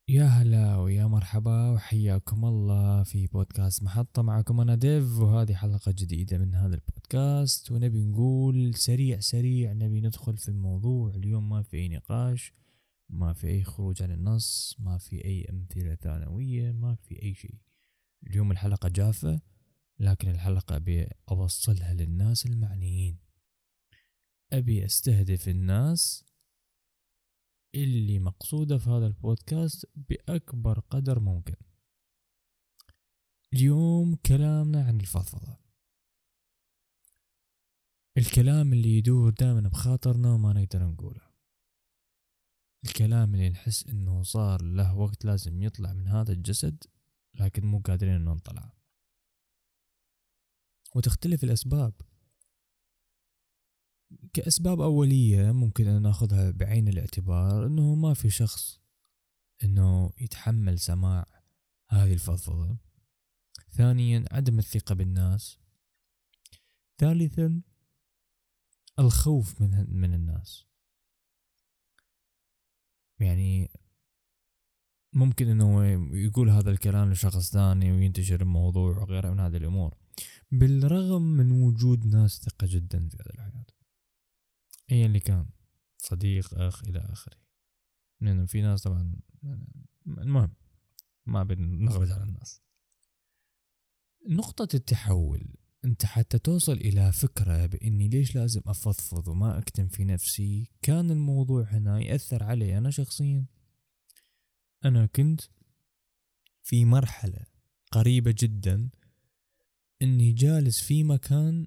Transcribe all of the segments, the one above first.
يا هلا ويا مرحبا وحياكم الله في بودكاست محطة. معكم أنا ديف، وهذه حلقة جديدة من هذا البودكاست. ونبي نقول سريع نبي ندخل في الموضوع اليوم. ما في أي نقاش، ما في أي خروج عن النص، ما في أي أمثلة ثانوية، ما في أي شيء. اليوم الحلقة جافة، لكن الحلقة أبي أوصلها للناس المعنيين. أبي أستهدف الناس اللي مقصودة في هذا البودكاست بأكبر قدر ممكن. اليوم كلامنا عن الفضفضة، الكلام اللي يدور دائما بخاطرنا وما نقدر نقوله، الكلام اللي نحس انه صار له وقت لازم يطلع من هذا الجسد لكن مو قادرين انه نطلع. وتختلف الأسباب. كأسباب أولية ممكن أن ناخذها بعين الاعتبار انه ما في شخص انه يتحمل سماع هذه الفضفضة. ثانيا عدم الثقة بالناس. ثالثا الخوف من الناس. يعني ممكن انه يقول هذا الكلام لشخص ثاني وينتشر الموضوع وغيرها من هذه الامور، بالرغم من وجود ناس ثقة جدا في هذه الحياة، ايا اللي كان، صديق، اخ، الى اخره. لانه في ناس طبعا، المهم ما بنغرز على الناس. نقطة التحول، انت حتى توصل الى فكرة باني ليش لازم افضفض وما اكتم في نفسي، كان الموضوع هنا يأثر علي انا شخصيا. انا كنت في مرحلة قريبة جدا اني جالس في مكان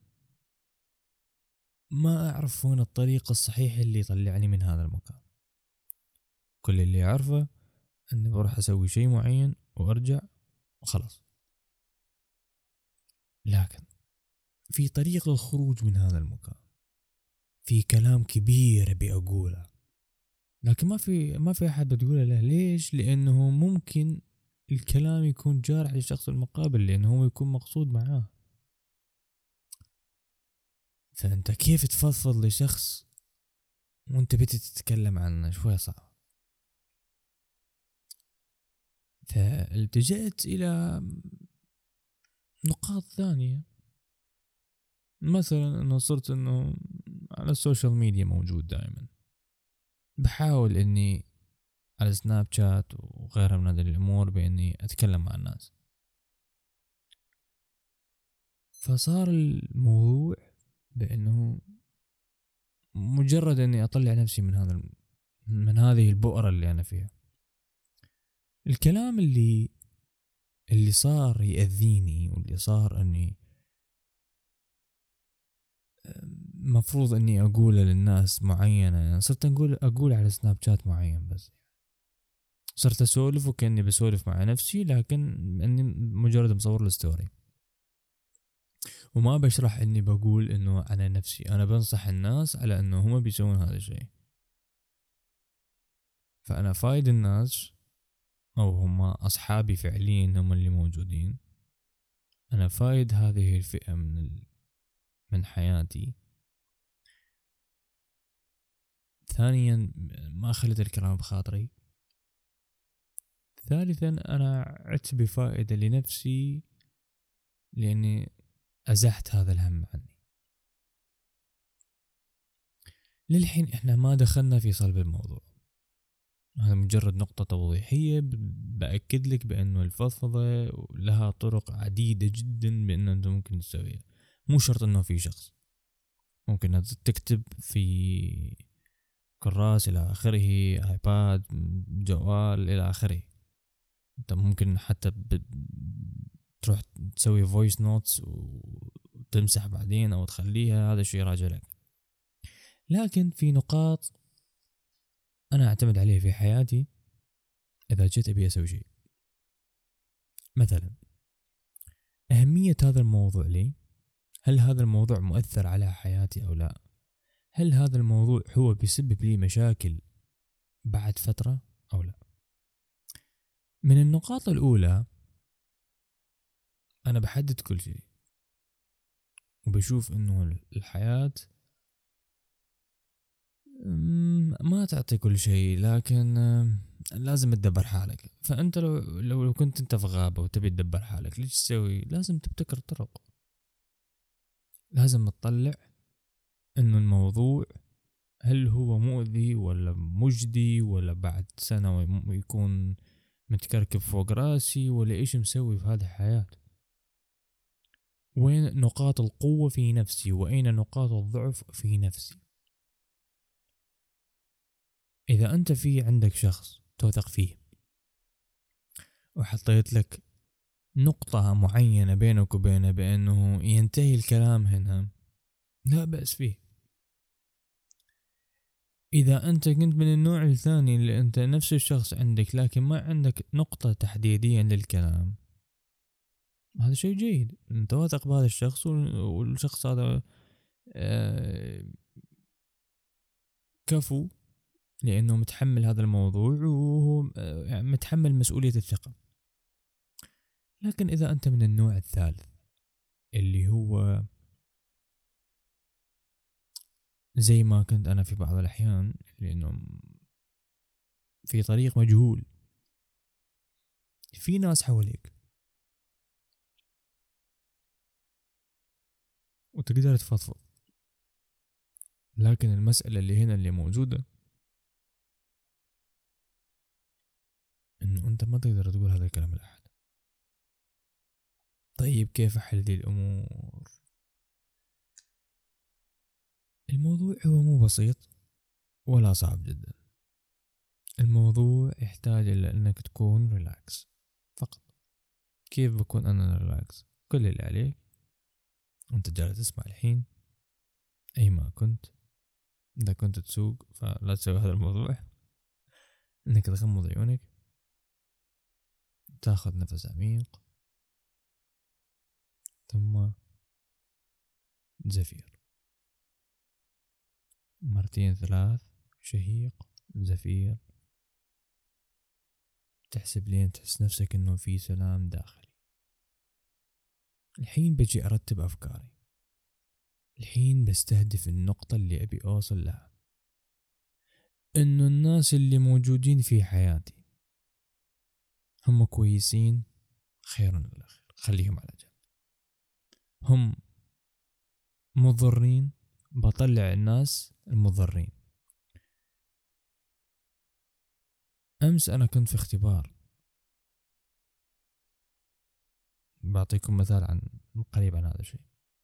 ما اعرف وين الطريق الصحيح اللي يطلعني من هذا المكان. كل اللي اعرفه اني بروح اسوي شيء معين وارجع وخلاص. لكن في طريق الخروج من هذا المكان، في كلام كبير ابي اقوله، لكن ما في احد بتقوله له. ليش؟ لانه ممكن الكلام يكون جارح للشخص المقابل، لانه هو يكون مقصود معاه. فانت كيف تفضفض لشخص وانت بدي تتكلم عنه؟ شوية صعب. فالتجأت إلى نقاط ثانية، مثلا أنه صرت أنه على السوشيال ميديا موجود دائما، بحاول أني على سناب شات وغيرها من هذه الأمور بأني أتكلم مع الناس. فصار الموضوع بأنه مجرد أني أطلع نفسي من هذه البؤرة اللي أنا فيها. الكلام اللي صار يأذيني، واللي صار أني مفروض اني اقوله للناس معينة، يعني صرت اقول على سناب شات معين، بس صرت اسولف وكأني بسولف مع نفسي، لكن اني مجرد مصور الستوري وما بشرح اني بقول انه على نفسي. انا بنصح الناس على انه هم بيسوون هذا الشيء. فانا فايد الناس، او هم اصحابي فعليا هم اللي موجودين. انا فايد هذه الفئة من حياتي. ثانيا ما خليت الكلام بخاطري. ثالثا أنا عدت بفائدة لنفسي لأني أزحت هذا الهم عني. للحين إحنا ما دخلنا في صلب الموضوع، هذا مجرد نقطة توضيحية بأكد لك بأنه الفضفضة لها طرق عديدة جدا بأنه أنت ممكن تسويها. مو شرط أنه في شخص، ممكن تكتب في كراس إلى آخره، آيباد، جوال إلى آخره. أنت ممكن حتى تروح تسوي فويس نوتس وتمسح بعدين او تخليها، هذا شيء راجع لك. لكن في نقاط انا اعتمد عليها في حياتي اذا جيت ابي اسوي شيء. مثلا اهمية هذا الموضوع لي، هل هذا الموضوع مؤثر على حياتي او لا؟ هل هذا الموضوع هو بيسبب لي مشاكل بعد فترة او لا؟ من النقاط الاولى انا بحدد كل شيء وبشوف انه الحياة ما تعطي كل شيء، لكن لازم تدبر حالك. فانت لو كنت انت في غابة وتبي تدبر حالك، ليش تسوي؟ لازم تبتكر طرق، لازم تطلع انه الموضوع هل هو مؤذي ولا مجدي، ولا بعد سنة يكون متكركب فوق راسي، ولا ايش مسوي في هذه الحياة. وين نقاط القوة في نفسي، وأين نقاط الضعف في نفسي. إذا أنت في عندك شخص توثق فيه وحطيت لك نقطة معينة بينك وبينه بأنه ينتهي الكلام هنا، لا بأس فيه. إذا أنت كنت من النوع الثاني اللي أنت نفس الشخص عندك لكن ما عندك نقطة تحديدية للكلام، هذا شيء جيد. أنت واثق بهذا الشخص والشخص هذا كفو لأنه متحمل هذا الموضوع وهو متحمل مسؤولية الثقة. لكن إذا أنت من النوع الثالث اللي هو زي ما كنت أنا في بعض الأحيان، لأنه في طريق مجهول، في ناس حواليك وتقدر تفضفض، لكن المسألة اللي هنا اللي موجودة إنه أنت ما تقدر تقول هذا الكلام لأحد. طيب كيف أحل ذي الأمور؟ الموضوع هو مو بسيط ولا صعب جدا. الموضوع يحتاج إلى أنك تكون ريلاكس فقط. كيف بكون أنا ريلاكس؟ كل اللي عليك أنت جالس تسمع الحين أي ما كنت، إذا كنت تسوق فلا تسوي هذا الموضوع، إنك تغمض عيونك، تاخذ نفس عميق، ثم زفير 2 3، شهيق زفير، تحسب لين تحس نفسك إنه في سلام داخلي. الحين بجي أرتب أفكاري، الحين بستهدف النقطة اللي أبي أوصل لها، إنه الناس اللي موجودين في حياتي هم كويسين، خير من الآخر، خليهم على جنب. هم مضرين، بطلع الناس المضرين. أمس أنا كنت في اختبار، بعطيكم مثال عن قريب عن هذا الشيء.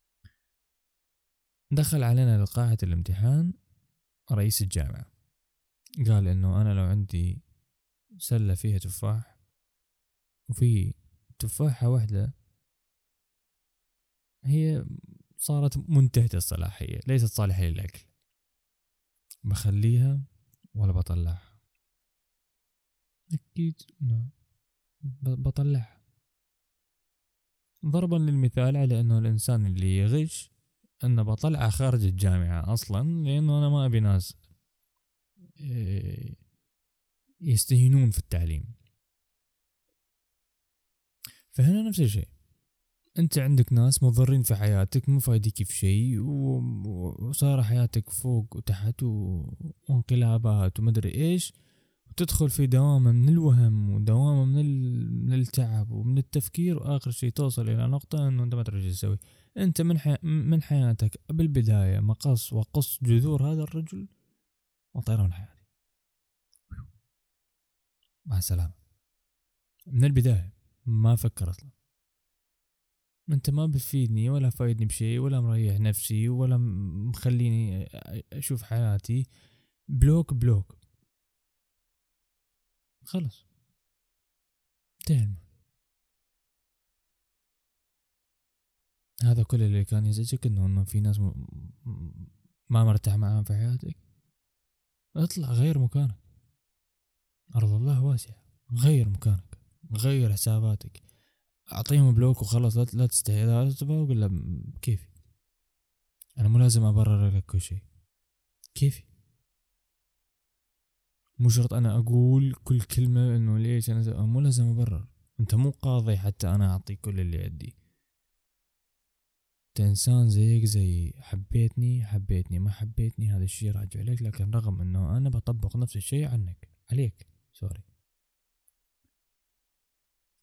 دخل علينا لقاعة الامتحان رئيس الجامعة، قال إنه أنا لو عندي سلة فيها تفاح وفي تفاحة واحدة هي صارت منتهية الصلاحية، ليست صالحة للأكل، بخليها ولا بطلعها؟ أكيد بطلعها. ضربا للمثال على أنه الإنسان اللي يغش أنه بطلعه خارج الجامعة أصلا، لأنه أنا ما أبي ناس يستهينون في التعليم. فهنا نفس الشيء، أنت عندك ناس مضرين في حياتك، مو فايدك في شيء، وصار حياتك فوق وتحت وانقلابات ومدري إيش، وتدخل في دوامة من الوهم ودوامة من التعب ومن التفكير، وآخر شيء توصل إلى نقطة إنه أنت ما تدري ايش تسوي. أنت من حياتك بالبداية مقص وقص جذور هذا الرجل وطيره من حياتي، مع السلامة. من البداية ما فكر أصلا، أنت ما بتفيدني ولا فايدني بشيء، ولا مريح نفسي، ولا مخليني أشوف حياتي. بلوك بلوك، خلص انتهى. هذا كل اللي كان يزعجك، انه في ناس ما مرتاح معاهم في حياتك. اطلع غير مكانك، أرض الله واسعة، غير مكانك، غير حساباتك، أعطيهم بلوك وخلص. لا تستحي، لا تبغى وقل له كيفي، أنا مو لازم أبرر لك كل شيء، كيفي، مو شرط أنا أقول كل كلمة إنه ليش أنا مو لازم أبرر. أنت مو قاضي حتى أنا أعطي كل اللي عندي. أنت إنسان زيك زي، حبيتني ما حبيتني هذا الشيء راجع لك، لكن رغم إنه أنا بطبق نفس الشيء عليك سوري.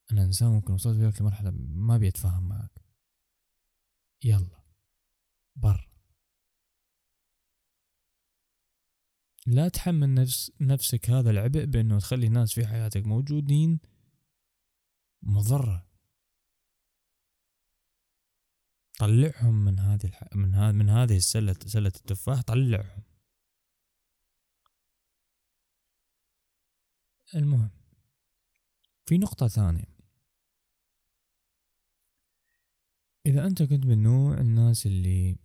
أنا إنسان ممكن وصلت وياك لمرحلة ما بيتفاهم معك، يلا بر. لا تحمل نفسك هذا العبء بأنه تخلي ناس في حياتك موجودين مضرة. طلعهم من هذه من هذه سلة التفاح، طلعهم. المهم، في نقطة ثانية. إذا أنت كنت من نوع الناس اللي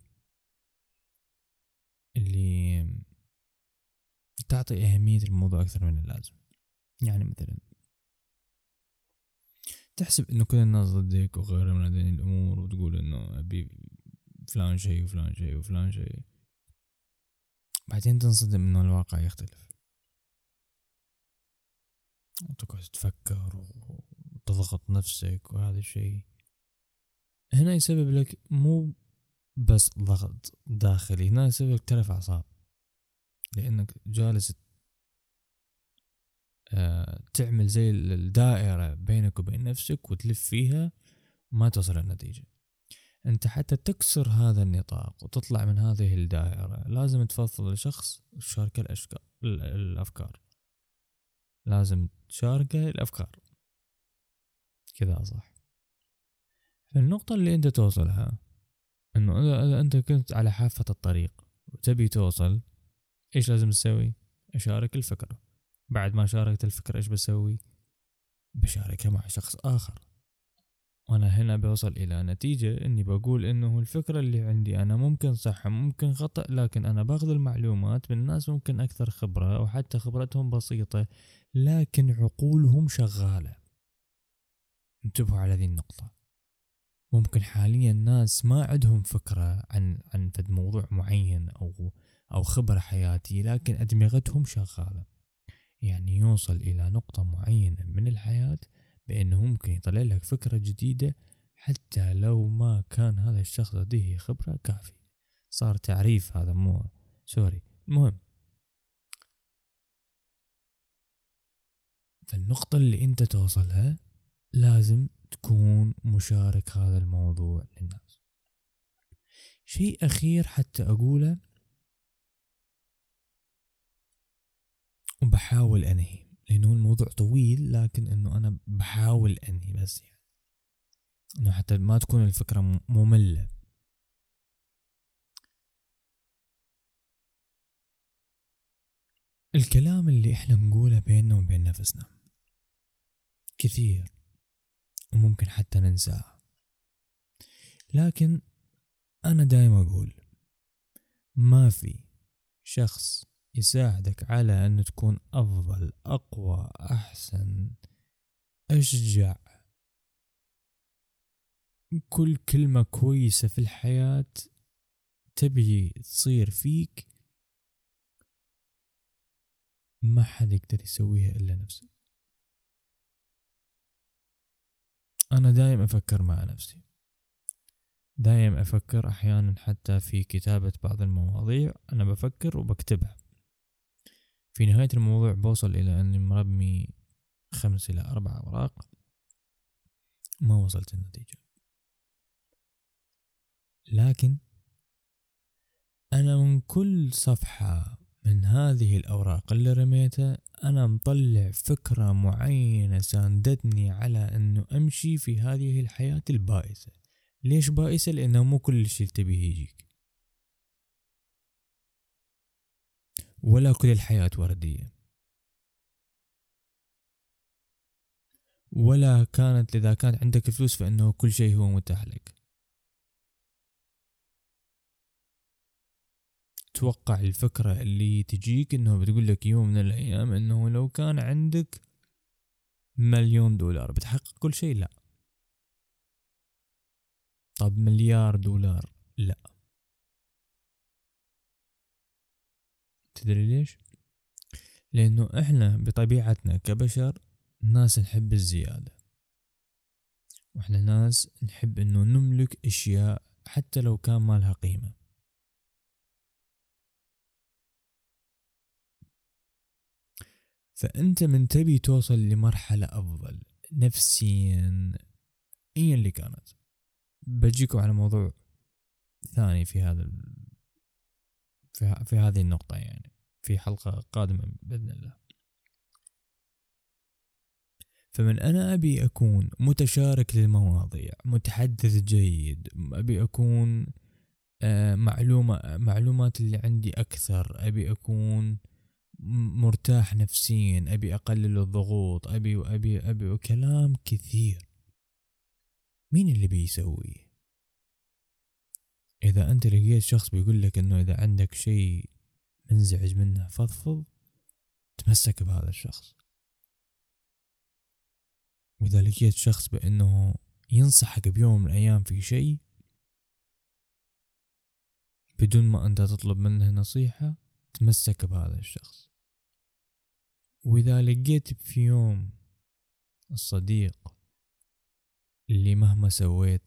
تعطي أهمية الموضوع أكثر من اللازم، يعني مثلا تحسب إنه كل الناس ضدك وغيرها من هذه الأمور، وتقول إنه أبي فلان شيء وفلان شيء وفلان شيء، بعدين تنصدم إنه الواقع يختلف، وتقعد تفكر وتضغط نفسك، وهذا الشيء هنا يسبب لك مو بس ضغط داخلي، هنا يسبب لك تلف أعصاب، لأنك جالس تعمل زي الدائرة بينك وبين نفسك وتلف فيها وما تصل النتيجة. انت حتى تكسر هذا النطاق وتطلع من هذه الدائرة لازم تفضل لشخص تشارك الأفكار، لازم تشارك الأفكار كذا صح. فالنقطة اللي انت توصلها انه اذا انت كنت على حافة الطريق وتبي توصل، ايش لازم تسوي؟ اشارك الفكرة. بعد ما شاركت الفكرة ايش بسوي؟ بشاركها مع شخص آخر. وانا هنا بوصل الى نتيجة اني بقول انه الفكرة اللي عندي انا ممكن صح ممكن خطأ، لكن انا باخذ المعلومات من ناس ممكن اكثر خبرة او حتى خبرتهم بسيطة لكن عقولهم شغالة. انتبهوا على ذي النقطة. ممكن حاليا ناس ما عندهم فكرة عن فد موضوع معين او خبرة حياتي، لكن ادمغتهم شغالة. يعني يوصل الى نقطة معينة من الحياة بأنه ممكن يطلع لك فكرة جديدة حتى لو ما كان هذا الشخص لديه خبرة كافية. صار تعريف هذا مو سوري. المهم، فالنقطة اللي انت توصلها لازم تكون مشارك هذا الموضوع للناس. شيء أخير حتى أقوله وبحاول أنهي، لأنه الموضوع طويل، لكن أنه أنا بحاول أنهي بس، يعني انه حتى ما تكون الفكرة مملة. الكلام اللي احنا نقوله بيننا وبين نفسنا كثير وممكن حتى ننساه، لكن انا دايما اقول ما في شخص يساعدك على ان تكون افضل، اقوى، احسن، اشجع، كل كلمة كويسة في الحياة تبي تصير فيك ما حد يقدر يسويها إلا نفسك. أنا دايم أفكر مع نفسي، دايم أفكر أحيانا حتى في كتابة بعض المواضيع أنا بفكر وبكتبها. في نهاية الموضوع بوصل إلى أني مرمي 5 إلى 4 أوراق ما وصلت النتيجة، لكن أنا من كل صفحة من هذه الأوراق اللي رميتها أنا مطلع فكرة معينة ساندتني على أنه أمشي في هذه الحياة البائسة. ليش بائسة؟ لأنه مو كل شيء تبيه يجيك، ولا كل الحياة وردية، ولا كانت إذا كان عندك فلوس فإنه كل شيء هو متاح لك. توقع الفكرة اللي تجيك انه بتقول لك يوم من الايام انه لو كان عندك $1,000,000 بتحقق كل شيء؟ لا. طب $1,000,000,000؟ لا. تدري ليش؟ لانه احنا بطبيعتنا كبشر ناس نحب الزيادة، واحنا ناس نحب انه نملك اشياء حتى لو كان ما لها قيمة. فأنت من تبي توصل لمرحلة أفضل، نفسيا، ايا اللي كانت. بجيكم على موضوع ثاني في هذا في هذه النقطة، يعني في حلقة قادمة بإذن الله. فمن أنا أبي أكون متشارك للمواضيع، متحدث جيد، أبي أكون معلومات اللي عندي أكثر، أبي أكون مرتاح نفسيا، أبي أقلل الضغوط، أبي وأبي أبي وكلام كثير. مين اللي بيسويه؟ إذا أنت لقيت شخص بيقول لك إنه إذا عندك شيء منزعج منه فضفض، تمسك بهذا الشخص. وإذا لقيت شخص بأنه ينصحك بيوم من الأيام في شيء بدون ما أنت تطلب منه نصيحة، تمسك بهذا الشخص. وإذا لقيت في يوم الصديق اللي مهما سويت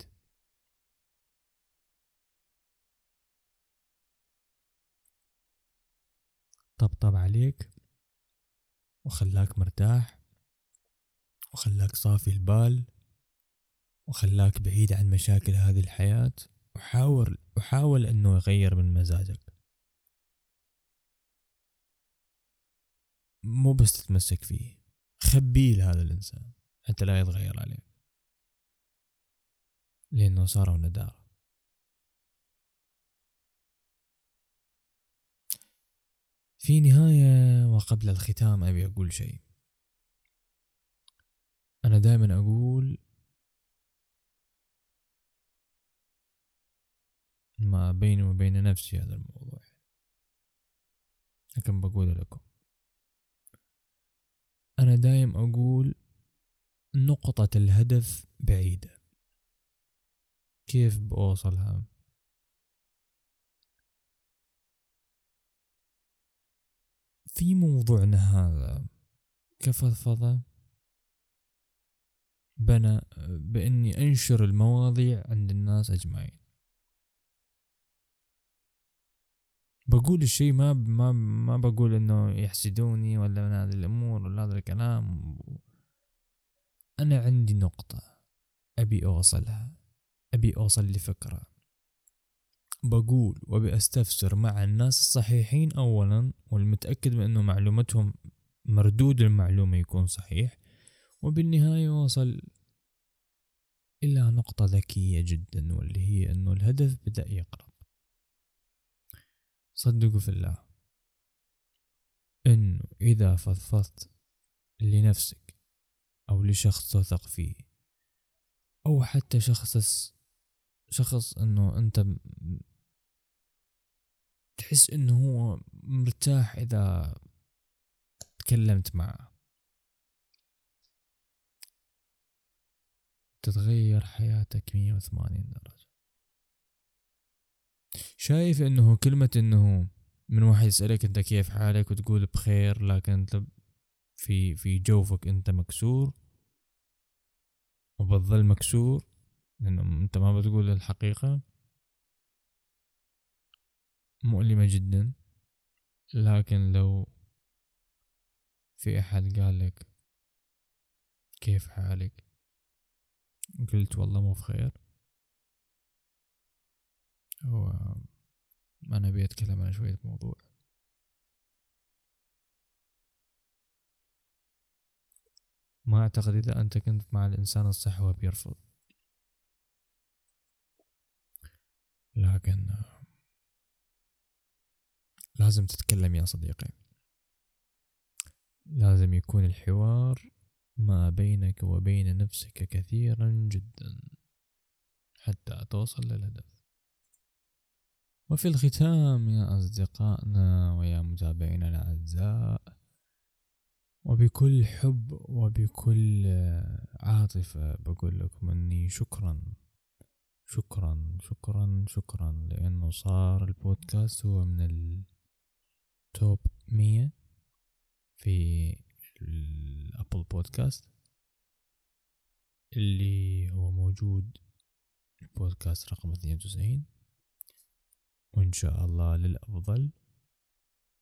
طبطب عليك وخلاك مرتاح وخلاك صافي البال وخلاك بعيد عن مشاكل هذه الحياة، وحاول انه يغير من مزاجك، مو بس تتمسك فيه، خبيه لهذا الانسان حتى لا يتغير عليك، لانه صاروا ندارة. في نهاية وقبل الختام ابي اقول شيء. انا دائما اقول ما بيني وبين نفسي هذا الموضوع، لكن بقول لكم. أنا دايم أقول نقطة الهدف بعيدة، كيف بوصلها؟ في موضوعنا هذا كفضفضة بنا بإني أنشر المواضيع عند الناس أجمعين. بقول الشيء ما بقول إنه يحسدوني ولا من هذه الأمور ولا هذا الكلام. أنا عندي نقطة أبي أوصلها، أبي أوصل لفكرة، بقول وبأستفسر مع الناس الصحيحين أولا، والمتأكد من أنه معلومتهم مردود المعلومة يكون صحيح، وبالنهاية وصل إلى نقطة ذكية جدا، واللي هي أنه الهدف بدأ يقرب. صدقوا في الله أنه إذا فضفضت لنفسك أو لشخص تثق فيه أو حتى شخص أنه أنت تحس أنه هو مرتاح إذا تكلمت معه، تتغير حياتك 180 درجة. شايف انه كلمة انه من واحد يسألك انت كيف حالك وتقول بخير، لكن انت في جوفك انت مكسور وبتظل مكسور لانه انت ما بتقول الحقيقة، مؤلمة جدا. لكن لو في احد قال لك كيف حالك قلت والله مو بخير، هو انا بيتكلم عن شوية موضوع. ما اعتقد اذا انت كنت مع الانسان الصح هو بيرفض، لكن لازم تتكلم يا صديقي. لازم يكون الحوار ما بينك وبين نفسك كثيرا جدا حتى توصل للهدف. وفي الختام يا أصدقائنا ويا متابعينا الأعزاء، وبكل حب وبكل عاطفة بقول لكم أني شكرا شكرا شكرا شكرا، لأنه صار البودكاست هو من التوب 100 في الأبل بودكاست، اللي هو موجود البودكاست رقم 92، وإن شاء الله للأفضل.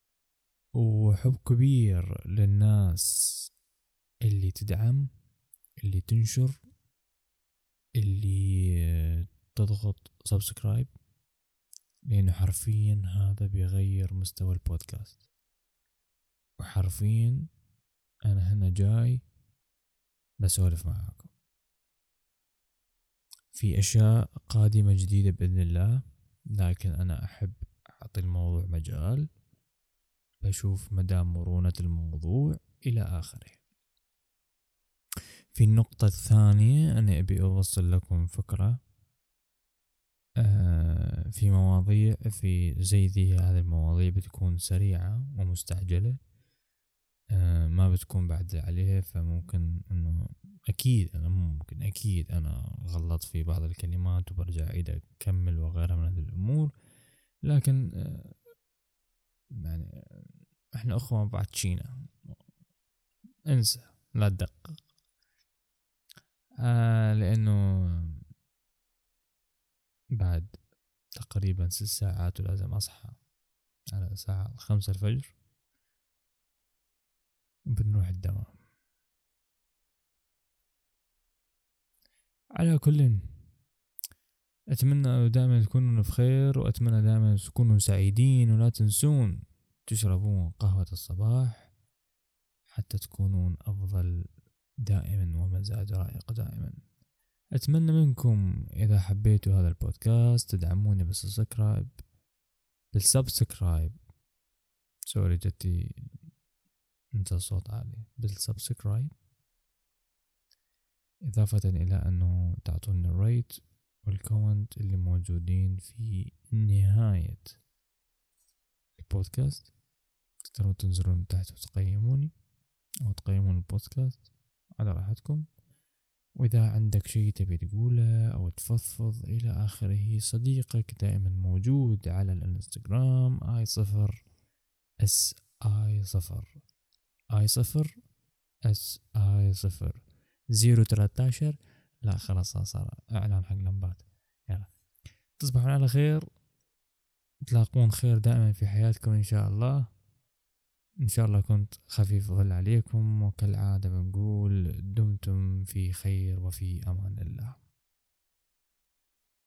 وحب كبير للناس اللي تدعم اللي تنشر، اللي تضغط سبسكرايب، لأنه حرفيا هذا بيغير مستوى البودكاست. وحرفيا أنا هنا جاي بسولف معاكم في أشياء قادمة جديدة بإذن الله، لكن أنا أحب أعطي الموضوع مجال، بشوف مدى مرونة الموضوع إلى آخره. في النقطة الثانية أنا أبي أوصل لكم فكرة في مواضيع في زي ذي. هذه المواضيع بتكون سريعة ومستعجلة، ما بتكون بعد عليها، فممكن انه اكيد انا غلط في بعض الكلمات وبرجع اعيد اكمل وغيرها من هذه الامور، لكن يعني احنا اخوة بعد شينا، انسى لا تدقق. لانه بعد تقريبا 6 ساعات ولازم اصحى على الساعة 5 الفجر وبنروح الدوام. على كل، أتمنى دائما تكونوا في خير، وأتمنى دائما تكونوا سعيدين، ولا تنسون تشربون قهوة الصباح حتى تكونون أفضل دائما ومزاج رائق دائما. أتمنى منكم إذا حبيتوا هذا البودكاست تدعموني بالسبسكرايب. سوري جتي انت الصوت عالي. بالسبسكرايب، إضافة إلى أنه تعطوني الريت والكومنت اللي موجودين في نهاية البودكاست. تقدروا تنزلون تحت وتقيموني أو تقيمون البودكاست على راحتكم. وإذا عندك شيء تبي تقوله أو تفضفض إلى آخره، صديقك دائما موجود على الانستغرام i0 013. لا خلاص صار اعلان حق لمبات. يلا تصبحون على خير، تلاقون خير دائما في حياتكم ان شاء الله. ان شاء الله كنت خفيف ظل عليكم، وكالعادة بنقول دمتم في خير وفي امان الله.